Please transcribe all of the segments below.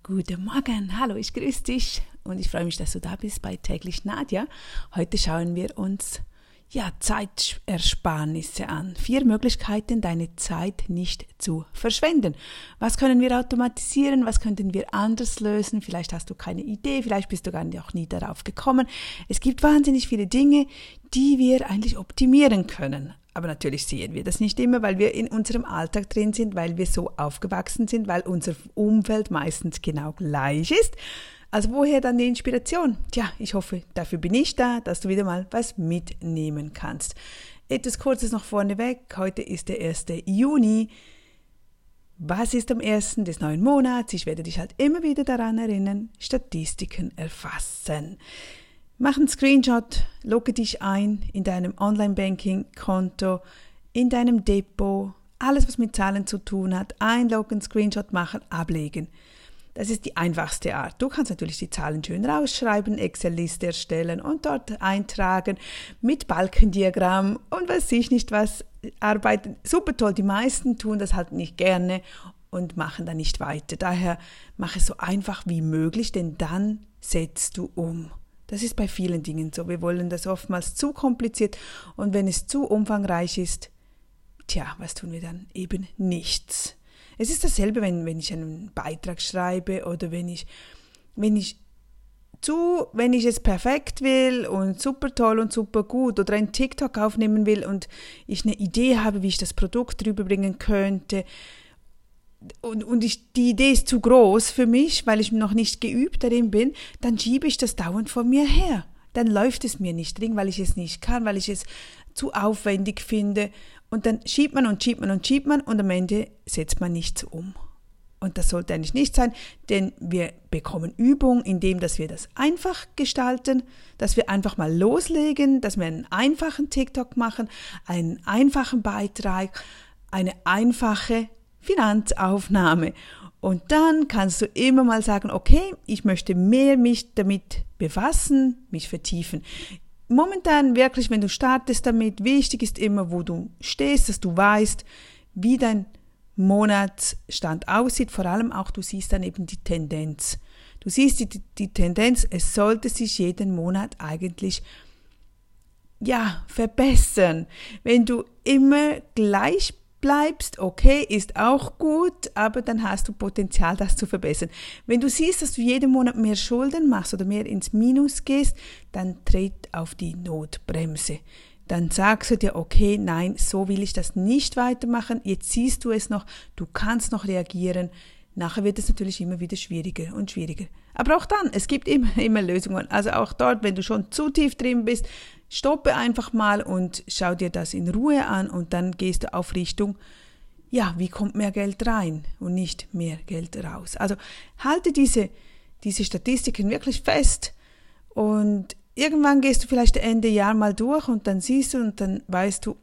Guten Morgen, hallo, ich grüße dich und ich freue mich, dass du da bist bei Täglich Nadja. Heute schauen wir uns Zeitersparnisse an. 4 Möglichkeiten, deine Zeit nicht zu verschwenden. Was können wir automatisieren? Was könnten wir anders lösen? Vielleicht hast du keine Idee, vielleicht bist du gar auch nie darauf gekommen. Es gibt wahnsinnig viele Dinge, die wir eigentlich optimieren können. Aber natürlich sehen wir das nicht immer, weil wir in unserem Alltag drin sind, weil wir so aufgewachsen sind, weil unser Umfeld meistens genau gleich ist. Also woher dann die Inspiration? Tja, ich hoffe, dafür bin ich da, dass du wieder mal was mitnehmen kannst. Etwas Kurzes noch vorneweg. Heute ist der 1. Juni. Was ist am 1. des neuen Monats? Ich werde dich halt immer wieder daran erinnern, Statistiken erfassen. Mach einen Screenshot, logge dich ein in deinem Online-Banking-Konto, in deinem Depot, alles was mit Zahlen zu tun hat, einloggen, Screenshot machen, ablegen. Das ist die einfachste Art. Du kannst natürlich die Zahlen schön rausschreiben, Excel-Liste erstellen und dort eintragen mit Balkendiagramm und weiß ich nicht was, arbeiten. Super toll, die meisten tun das halt nicht gerne und machen dann nicht weiter. Daher mach es so einfach wie möglich, denn dann setzt du um. Das ist bei vielen Dingen so. Wir wollen das oftmals zu kompliziert und wenn es zu umfangreich ist, was tun wir dann? Eben nichts. Es ist dasselbe, wenn ich einen Beitrag schreibe oder wenn ich es perfekt will und super toll und super gut oder einen TikTok aufnehmen will und ich eine Idee habe, wie ich das Produkt rüberbringen könnte, und die Idee ist zu groß für mich, weil ich noch nicht geübt darin bin, dann schiebe ich das dauernd vor mir her. Dann läuft es mir nicht drin, weil ich es nicht kann, weil ich es zu aufwendig finde. Und dann schiebt man und am Ende setzt man nichts um. Und das sollte eigentlich nicht sein, denn wir bekommen Übung, indem dass wir das einfach gestalten, dass wir einfach mal loslegen, dass wir einen einfachen TikTok machen, einen einfachen Beitrag, eine einfache Finanzaufnahme. Und dann kannst du immer mal sagen, okay, ich möchte mehr mich damit befassen, mich vertiefen. Momentan wirklich, wenn du startest damit, wichtig ist immer, wo du stehst, dass du weißt, wie dein Monatsstand aussieht. Vor allem auch, du siehst dann eben die Tendenz. Du siehst die Tendenz, es sollte sich jeden Monat eigentlich verbessern. Wenn du immer gleich bleibst, okay, ist auch gut, aber dann hast du Potenzial, das zu verbessern. Wenn du siehst, dass du jeden Monat mehr Schulden machst oder mehr ins Minus gehst, dann tritt auf die Notbremse. Dann sagst du dir, okay, nein, so will ich das nicht weitermachen, jetzt siehst du es noch, du kannst noch reagieren. Nachher wird es natürlich immer wieder schwieriger und schwieriger. Aber auch dann, es gibt immer Lösungen. Also auch dort, wenn du schon zu tief drin bist, stoppe einfach mal und schau dir das in Ruhe an und dann gehst du auf Richtung, wie kommt mehr Geld rein und nicht mehr Geld raus. Also halte diese Statistiken wirklich fest und irgendwann gehst du vielleicht Ende Jahr mal durch und dann siehst du und dann weißt du,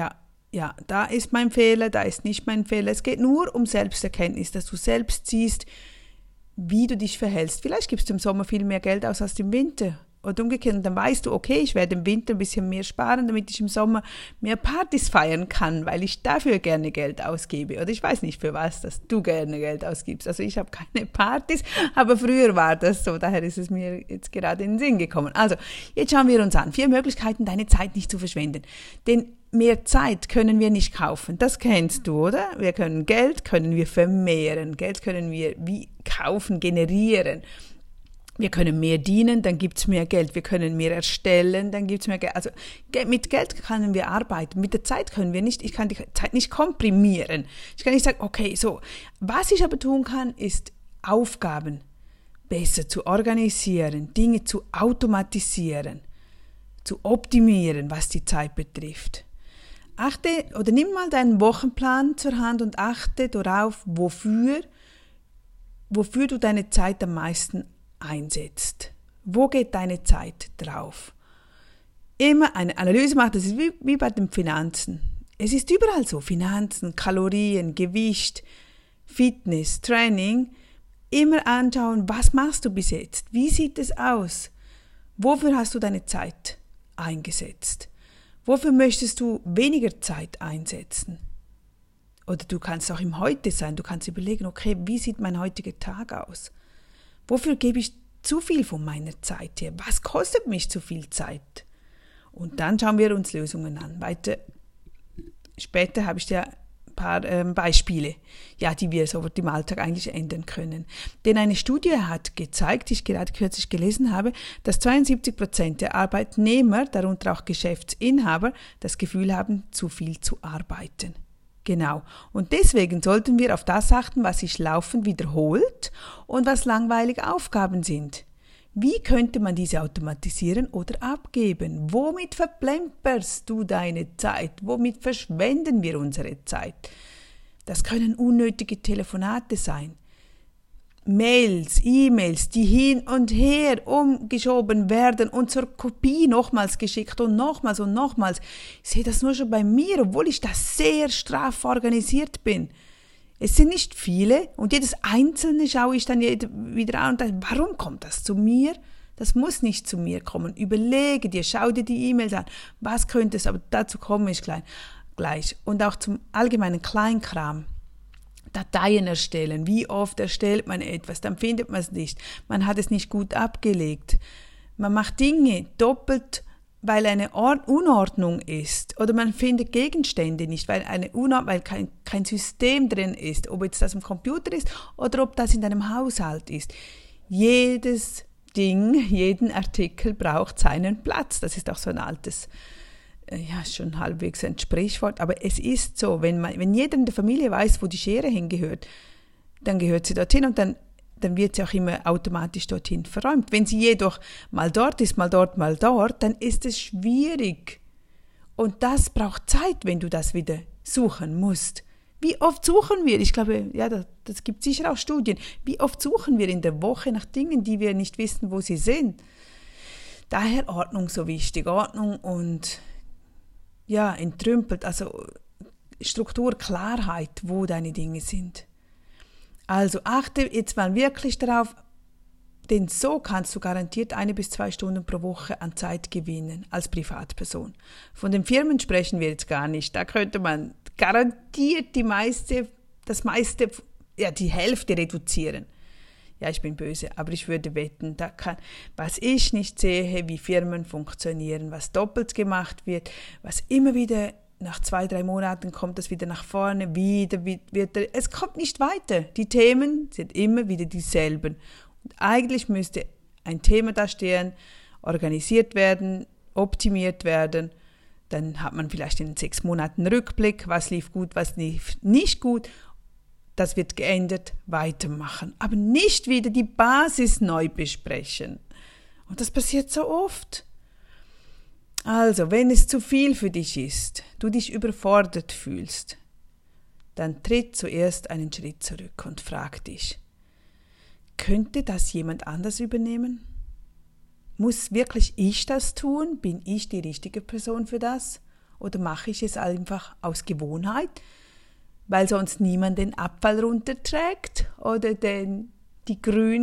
da ist mein Fehler, da ist nicht mein Fehler. Es geht nur um Selbsterkenntnis, dass du selbst siehst, wie du dich verhältst. Vielleicht gibst du im Sommer viel mehr Geld aus als im Winter. Oder umgekehrt, und dann weißt du, okay, ich werde im Winter ein bisschen mehr sparen, damit ich im Sommer mehr Partys feiern kann, weil ich dafür gerne Geld ausgebe. Oder ich weiß nicht für was, dass du gerne Geld ausgibst. Also ich habe keine Partys, aber früher war das so, daher ist es mir jetzt gerade in den Sinn gekommen. Also, jetzt schauen wir uns an. 4 Möglichkeiten, deine Zeit nicht zu verschwenden. Denn mehr Zeit können wir nicht kaufen. Das kennst du, oder? Geld können wir vermehren. Geld können wir wie kaufen, generieren. Wir können mehr dienen, dann gibt's mehr Geld. Wir können mehr erstellen, dann gibt's mehr Geld. Also mit Geld können wir arbeiten, mit der Zeit können wir nicht. Ich kann die Zeit nicht komprimieren. Ich kann nicht sagen, okay, so. Was ich aber tun kann, ist Aufgaben besser zu organisieren, Dinge zu automatisieren, zu optimieren, was die Zeit betrifft. Nimm mal deinen Wochenplan zur Hand und achte darauf, wofür du deine Zeit am meisten einsetzt. Wo geht deine Zeit drauf? Immer eine Analyse machen, das ist wie bei den Finanzen. Es ist überall so, Finanzen, Kalorien, Gewicht, Fitness, Training. Immer anschauen, was machst du bis jetzt? Wie sieht es aus? Wofür hast du deine Zeit eingesetzt? Wofür möchtest du weniger Zeit einsetzen? Oder du kannst auch im Heute sein. Du kannst überlegen, okay, wie sieht mein heutiger Tag aus? Wofür gebe ich zu viel von meiner Zeit her? Was kostet mich zu viel Zeit? Und dann schauen wir uns Lösungen an. Später habe ich ja ein paar Beispiele, ja, die wir sofort im Alltag eigentlich ändern können. Denn eine Studie hat gezeigt, die ich gerade kürzlich gelesen habe, dass 72% der Arbeitnehmer, darunter auch Geschäftsinhaber, das Gefühl haben, zu viel zu arbeiten. Genau. Und deswegen sollten wir auf das achten, was sich laufend wiederholt und was langweilige Aufgaben sind. Wie könnte man diese automatisieren oder abgeben? Womit verplemperst du deine Zeit? Womit verschwenden wir unsere Zeit? Das können unnötige Telefonate sein. Mails, E-Mails, die hin und her umgeschoben werden und zur Kopie nochmals geschickt und nochmals und nochmals. Ich sehe das nur schon bei mir, obwohl ich da sehr straff organisiert bin. Es sind nicht viele und jedes Einzelne schaue ich dann wieder an und denke, warum kommt das zu mir? Das muss nicht zu mir kommen. Überlege dir, schau dir die E-Mails an. Was könnte es, aber dazu komme ich gleich. Und auch zum allgemeinen Kleinkram. Dateien erstellen. Wie oft erstellt man etwas? Dann findet man es nicht. Man hat es nicht gut abgelegt. Man macht Dinge doppelt, weil eine Unordnung ist. Oder man findet Gegenstände nicht, weil kein System drin ist. Ob jetzt das im Computer ist oder ob das in deinem Haushalt ist. Jedes Ding, jeden Artikel braucht seinen Platz. Das ist auch so ein altes, ja, schon halbwegs ein Sprichwort, aber es ist so, wenn jeder in der Familie weiß, wo die Schere hingehört, dann gehört sie dorthin und dann wird sie auch immer automatisch dorthin verräumt. Wenn sie jedoch mal dort ist, mal dort, dann ist es schwierig. Und das braucht Zeit, wenn du das wieder suchen musst. Wie oft suchen wir? Ich glaube, ja, das gibt sicher auch Studien. Wie oft suchen wir in der Woche nach Dingen, die wir nicht wissen, wo sie sind? Daher Ordnung so wichtig. Ordnung und ja, entrümpelt, also Struktur, Klarheit, wo deine Dinge sind. Also achte jetzt mal wirklich darauf, denn so kannst du garantiert 1 bis 2 Stunden pro Woche an Zeit gewinnen als Privatperson. Von den Firmen sprechen wir jetzt gar nicht. Da könnte man garantiert die Hälfte reduzieren. Ja, ich bin böse, aber ich würde wetten, was ich nicht sehe, wie Firmen funktionieren, was doppelt gemacht wird, was immer wieder nach 2-3 Monaten kommt das wieder nach vorne, es kommt nicht weiter. Die Themen sind immer wieder dieselben. Und eigentlich müsste ein Thema da stehen, organisiert werden, optimiert werden. Dann hat man vielleicht in 6 Monaten Rückblick, was lief gut, was lief nicht gut. Das wird geändert, weitermachen. Aber nicht wieder die Basis neu besprechen. Und das passiert so oft. Also, wenn es zu viel für dich ist, du dich überfordert fühlst, dann tritt zuerst einen Schritt zurück und frag dich, könnte das jemand anders übernehmen? Muss wirklich ich das tun? Bin ich die richtige Person für das? Oder mache ich es einfach aus Gewohnheit? Weil sonst niemand den Abfall runterträgt oder die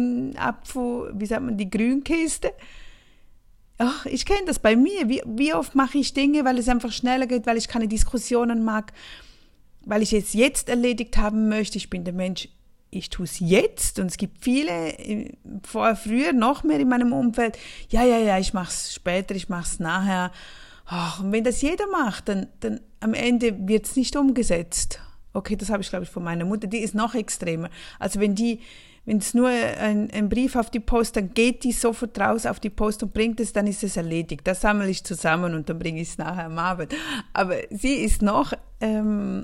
Grünkiste. Ach, ich kenne das bei mir. Wie oft mache ich Dinge, weil es einfach schneller geht, weil ich keine Diskussionen mag, weil ich es jetzt erledigt haben möchte. Ich bin der Mensch, ich tue es jetzt. Und es gibt viele, früher noch mehr in meinem Umfeld, ja, ich mache es später, ich mache es nachher. Ach, und wenn das jeder macht, dann am Ende wird es nicht umgesetzt. Okay, das habe ich, glaube ich, von meiner Mutter. Die ist noch extremer. Also wenn es nur ein Brief auf die Post, dann geht die sofort raus auf die Post und bringt es, dann ist es erledigt. Das sammle ich zusammen und dann bringe ich es nachher am Abend. Aber sie ist noch, sie will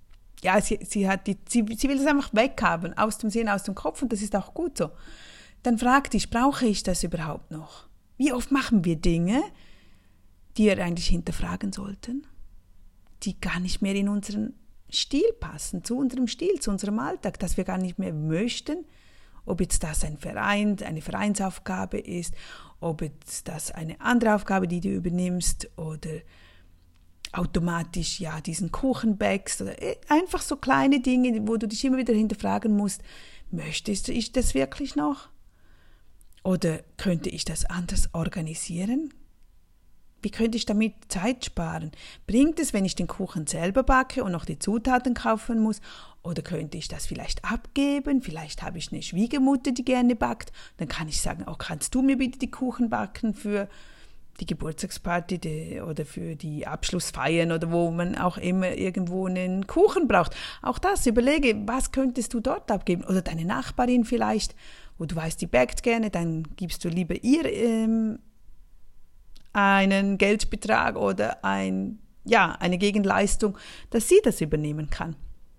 es einfach weghaben, aus dem Sinn, aus dem Kopf und das ist auch gut so. Dann frag dich, brauche ich das überhaupt noch? Wie oft machen wir Dinge, die wir eigentlich hinterfragen sollten, die gar nicht mehr in unseren Stil passen, zu unserem Stil, zu unserem Alltag, dass wir gar nicht mehr möchten, ob jetzt das eine Vereinsaufgabe ist, ob jetzt das eine andere Aufgabe, die du übernimmst oder automatisch diesen Kuchen backst oder einfach so kleine Dinge, wo du dich immer wieder hinterfragen musst, möchtest ich das wirklich noch? Oder könnte ich das anders organisieren? wie könnte ich damit Zeit sparen? Bringt es, wenn ich den Kuchen selber backe und noch die Zutaten kaufen muss? Oder könnte ich das vielleicht abgeben? Vielleicht habe ich eine Schwiegermutter, die gerne backt. Dann kann ich sagen, oh, kannst du mir bitte die Kuchen backen für die Geburtstagsparty oder für die Abschlussfeiern oder wo man auch immer irgendwo einen Kuchen braucht. Auch das, überlege, was könntest du dort abgeben? Oder deine Nachbarin vielleicht, wo du weißt, die backt gerne, dann gibst du lieber ihr einen Geldbetrag oder eine Gegenleistung, dass sie das übernehmen kann.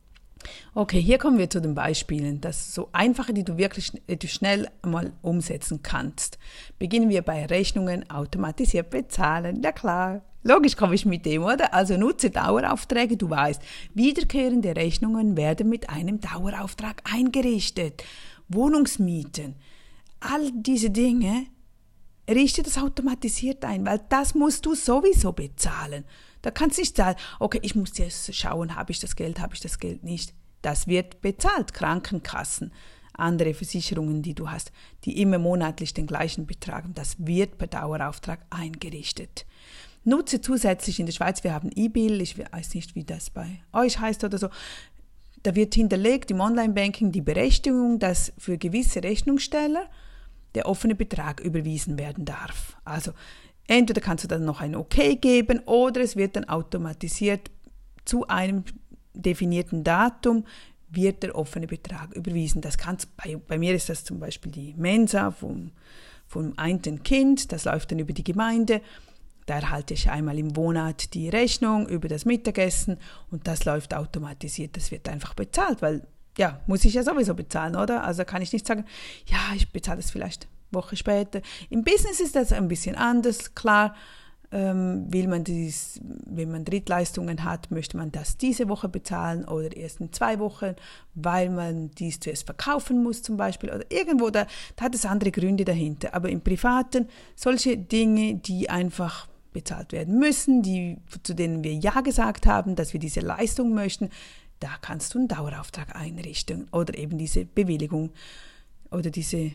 Okay, hier kommen wir zu den Beispielen, das so einfache, die du wirklich schnell mal umsetzen kannst. Beginnen wir bei Rechnungen automatisiert bezahlen. Ja klar, logisch komme ich mit dem, oder? Also nutze Daueraufträge, du weißt, wiederkehrende Rechnungen werden mit einem Dauerauftrag eingerichtet. Wohnungsmieten, all diese Dinge, richte das automatisiert ein, weil das musst du sowieso bezahlen. Da kannst du nicht sagen, okay, ich muss jetzt schauen, habe ich das Geld nicht. Das wird bezahlt, Krankenkassen, andere Versicherungen, die du hast, die immer monatlich den gleichen betragen. Das wird per Dauerauftrag eingerichtet. Nutze zusätzlich in der Schweiz, wir haben E-Bill, ich weiß nicht, wie das bei euch heißt oder so, da wird hinterlegt im Online-Banking die Berechtigung, dass für gewisse Rechnungssteller der offene Betrag überwiesen werden darf. Also entweder kannst du dann noch ein Okay geben oder es wird dann automatisiert zu einem definierten Datum wird der offene Betrag überwiesen. Das kannst, bei mir ist das zum Beispiel die Mensa vom einen Kind, das läuft dann über die Gemeinde. Da erhalte ich einmal im Monat die Rechnung über das Mittagessen und das läuft automatisiert. Das wird einfach bezahlt, weil ja, muss ich ja sowieso bezahlen, oder? Also kann ich nicht sagen, ja, ich bezahle es vielleicht eine Woche später. Im Business ist das ein bisschen anders, klar. Wenn man Drittleistungen hat, möchte man das diese Woche bezahlen oder erst in 2 Wochen, weil man dies zuerst verkaufen muss zum Beispiel oder irgendwo, da hat es andere Gründe dahinter. Aber im Privaten solche Dinge, die einfach bezahlt werden müssen, zu denen wir Ja gesagt haben, dass wir diese Leistung möchten, da kannst du einen Dauerauftrag einrichten oder eben diese Bewilligung oder diese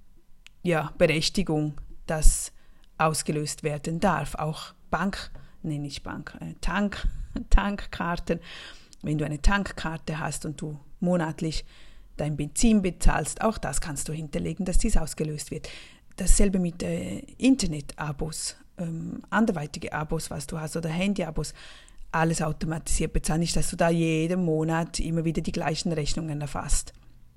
Berechtigung, dass ausgelöst werden darf. Auch Tankkarten. Wenn du eine Tankkarte hast und du monatlich dein Benzin bezahlst, auch das kannst du hinterlegen, dass dies ausgelöst wird. Dasselbe mit Internet-Abos, anderweitige Abos, was du hast, oder Handy-Abos, alles automatisiert bezahlen. Nicht, dass du da jeden Monat immer wieder die gleichen Rechnungen erfasst.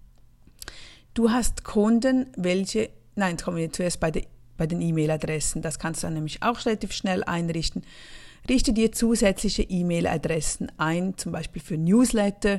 Du hast Kunden, jetzt kommen wir zuerst bei den E-Mail-Adressen. Das kannst du dann nämlich auch relativ schnell einrichten. Richte dir zusätzliche E-Mail-Adressen ein, zum Beispiel für Newsletter.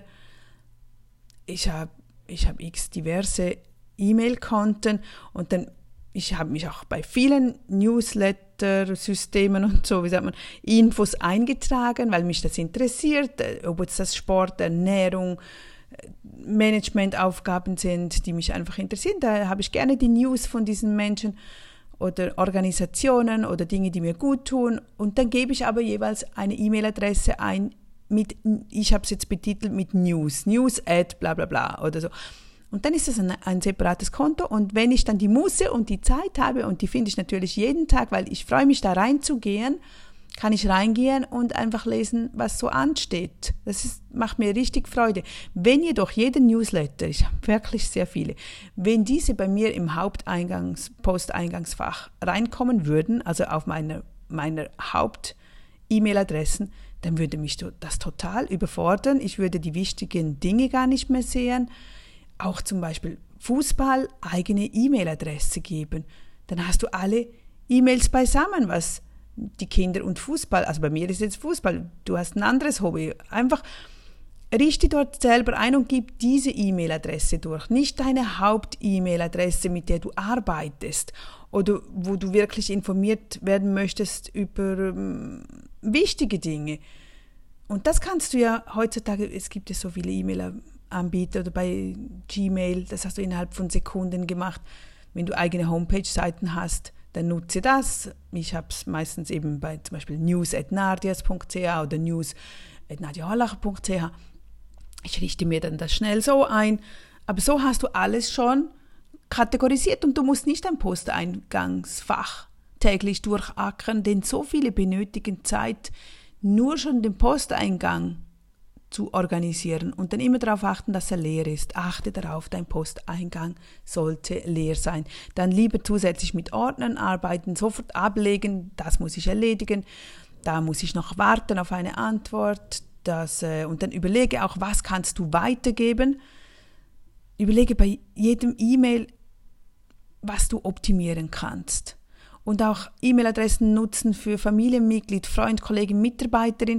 Ich habe x diverse E-Mail-Konten und dann ich habe mich auch bei vielen Newsletter-Systemen und so, Infos eingetragen, weil mich das interessiert, ob es das Sport, Ernährung, Managementaufgaben sind, die mich einfach interessieren. Da habe ich gerne die News von diesen Menschen oder Organisationen oder Dinge, die mir gut tun. Und dann gebe ich aber jeweils eine E-Mail-Adresse ein ich habe es jetzt betitelt mit News at bla bla bla oder so. Und dann ist das ein separates Konto und wenn ich dann die Muße und die Zeit habe, und die finde ich natürlich jeden Tag, weil ich freue mich da reinzugehen, kann ich reingehen und einfach lesen, was so ansteht. Macht mir richtig Freude. Wenn jedoch jeder Newsletter, ich habe wirklich sehr viele, wenn diese bei mir im Posteingangsfach reinkommen würden, also auf meiner Haupt-E-Mail-Adressen, dann würde mich das total überfordern. Ich würde die wichtigen Dinge gar nicht mehr sehen. Auch zum Beispiel Fußball eigene E-Mail-Adresse geben. Dann hast du alle E-Mails beisammen, was die Kinder und Fußball, also bei mir ist jetzt Fußball, du hast ein anderes Hobby. Einfach richte dort selber ein und gib diese E-Mail-Adresse durch. Nicht deine Haupt-E-Mail-Adresse, mit der du arbeitest oder wo du wirklich informiert werden möchtest über wichtige Dinge. Und das kannst du ja heutzutage, es gibt ja so viele E-Mail-Anbieter oder bei Gmail, das hast du innerhalb von Sekunden gemacht. Wenn du eigene Homepage-Seiten hast, dann nutze das. Ich habe es meistens eben bei zum Beispiel news@nardias.ch oder news@nadiahollacher.ch. Ich richte mir dann das schnell so ein. Aber so hast du alles schon kategorisiert und du musst nicht ein Posteingangsfach täglich durchackern, denn so viele benötigen Zeit, nur schon den Posteingang zu organisieren und dann immer darauf achten, dass er leer ist. Achte darauf, dein Posteingang sollte leer sein. Dann lieber zusätzlich mit Ordnern arbeiten, sofort ablegen, das muss ich erledigen, da muss ich noch warten auf eine Antwort, und dann überlege auch, was kannst du weitergeben. Überlege bei jedem E-Mail, was du optimieren kannst. Und auch E-Mail-Adressen nutzen für Familienmitglied, Freund, Kollegin, Mitarbeiterin.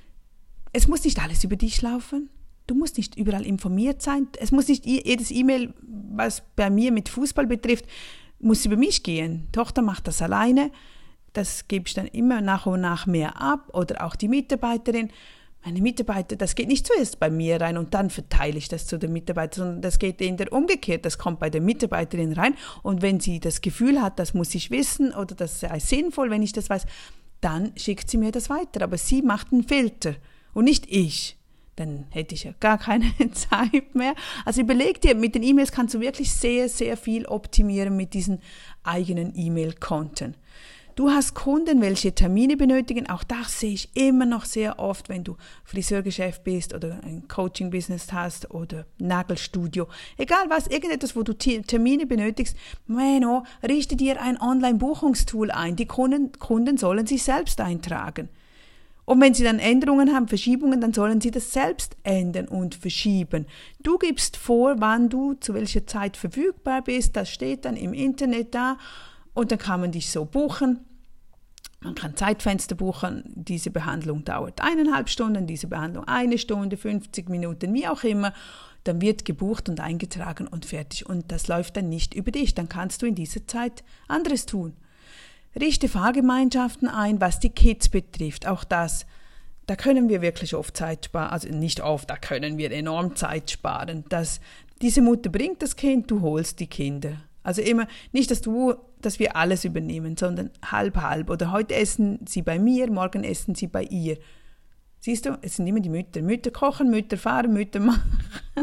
Es muss nicht alles über dich laufen. Du musst nicht überall informiert sein. Es muss nicht jedes E-Mail, was bei mir mit Fußball betrifft, muss über mich gehen. Tochter macht das alleine. Das gebe ich dann immer nach und nach mehr ab. Oder auch die Mitarbeiterin. Meine Mitarbeiter, das geht nicht zuerst bei mir rein und dann verteile ich das zu den Mitarbeitern, sondern das geht eher umgekehrt. Das kommt bei der Mitarbeiterin rein und wenn sie das Gefühl hat, das muss ich wissen oder das sei sinnvoll, wenn ich das weiß, dann schickt sie mir das weiter. Aber sie macht einen Filter und nicht ich. Dann hätte ich ja gar keine Zeit mehr. Also überleg dir, mit den E-Mails kannst du wirklich sehr, sehr viel optimieren mit diesen eigenen E-Mail-Konten. Du hast Kunden, welche Termine benötigen. Auch das sehe ich immer noch sehr oft, wenn du Friseurgeschäft bist oder ein Coaching-Business hast oder Nagelstudio. Egal was, irgendetwas, wo du Termine benötigst, richte dir ein Online-Buchungstool ein. Die Kunden sollen sich selbst eintragen. Und wenn sie dann Änderungen haben, Verschiebungen, dann sollen sie das selbst ändern und verschieben. Du gibst vor, wann du zu welcher Zeit verfügbar bist. Das steht dann im Internet da und dann kann man dich so buchen. Man kann Zeitfenster buchen, diese Behandlung dauert 1,5 Stunden, diese Behandlung 1 Stunde, 50 Minuten, wie auch immer. Dann wird gebucht und eingetragen und fertig. Und das läuft dann nicht über dich. Dann kannst du in dieser Zeit anderes tun. Richte Fahrgemeinschaften ein, was die Kids betrifft. Auch das, da können wir wirklich oft Zeit sparen. Also nicht oft, da können wir enorm Zeit sparen. Diese Mutter bringt das Kind, du holst die Kinder. Also immer nicht, dass wir alles übernehmen, sondern halb. Oder heute essen sie bei mir, morgen essen sie bei ihr. Siehst du, es sind immer die Mütter. Mütter kochen, Mütter fahren, Mütter machen.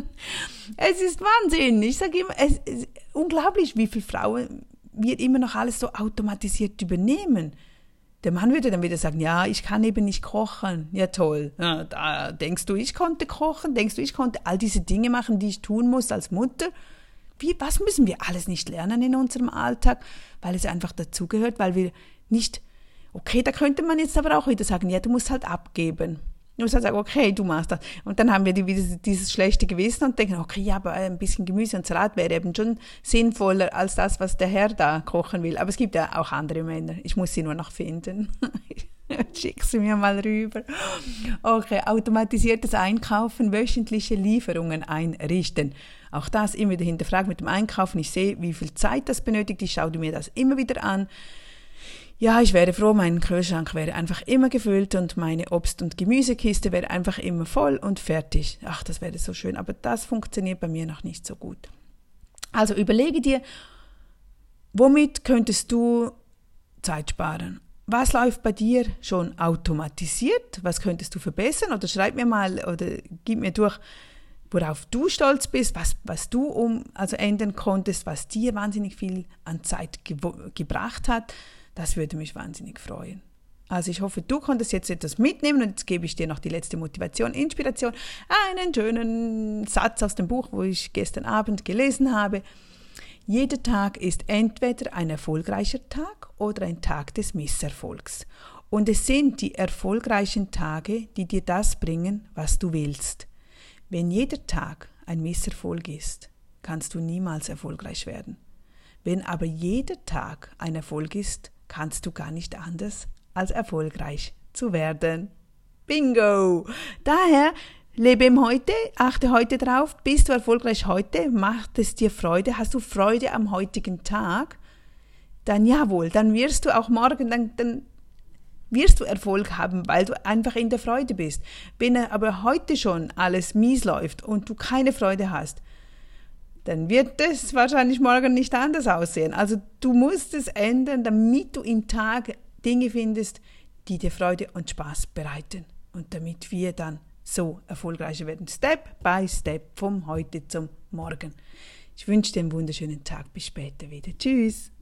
Es ist Wahnsinn. Ich sage immer, es ist unglaublich, wie viele Frauen wir immer noch alles so automatisiert übernehmen. Der Mann würde dann wieder sagen, ja, ich kann eben nicht kochen. Ja, toll. Ja, da denkst du, ich konnte kochen? Denkst du, ich konnte all diese Dinge machen, die ich tun muss als Mutter? Was müssen wir alles nicht lernen in unserem Alltag? Weil es einfach dazugehört, weil wir nicht, okay, da könnte man jetzt aber auch wieder sagen, ja, du musst halt abgeben. Du musst halt sagen, okay, du machst das. Und dann haben wir dieses schlechte Gewissen und denken, okay, ja, aber ein bisschen Gemüse und Salat wäre eben schon sinnvoller als das, was der Herr da kochen will. Aber es gibt ja auch andere Männer. Ich muss sie nur noch finden. Schick sie mir mal rüber. Okay, automatisiertes Einkaufen, wöchentliche Lieferungen einrichten. Auch das immer wieder hinterfragen mit dem Einkaufen. Ich sehe, wie viel Zeit das benötigt. Ich schaue mir das immer wieder an. Ja, ich wäre froh, mein Kühlschrank wäre einfach immer gefüllt und meine Obst- und Gemüsekiste wäre einfach immer voll und fertig. Ach, das wäre so schön, aber das funktioniert bei mir noch nicht so gut. Also überlege dir, womit könntest du Zeit sparen? Was läuft bei dir schon automatisiert? Was könntest du verbessern? Oder schreib mir mal oder gib mir durch, worauf du stolz bist, was du ändern konntest, was dir wahnsinnig viel an Zeit gebracht hat. Das würde mich wahnsinnig freuen. Also ich hoffe, du konntest jetzt etwas mitnehmen und jetzt gebe ich dir noch die letzte Motivation, Inspiration, einen schönen Satz aus dem Buch, wo ich gestern Abend gelesen habe. Jeder Tag ist entweder ein erfolgreicher Tag oder ein Tag des Misserfolgs. Und es sind die erfolgreichen Tage, die dir das bringen, was du willst. Wenn jeder Tag ein Misserfolg ist, kannst du niemals erfolgreich werden. Wenn aber jeder Tag ein Erfolg ist, kannst du gar nicht anders, als erfolgreich zu werden. Bingo! Daher lebe im Heute, achte heute drauf, bist du erfolgreich heute, macht es dir Freude, hast du Freude am heutigen Tag, dann jawohl, dann wirst du auch morgen, dann wirst du Erfolg haben, weil du einfach in der Freude bist. Wenn aber heute schon alles mies läuft und du keine Freude hast, dann wird es wahrscheinlich morgen nicht anders aussehen. Also du musst es ändern, damit du im Tag Dinge findest, die dir Freude und Spaß bereiten. Und damit wir dann so erfolgreicher werden. Step by Step, vom Heute zum Morgen. Ich wünsche dir einen wunderschönen Tag. Bis später wieder. Tschüss.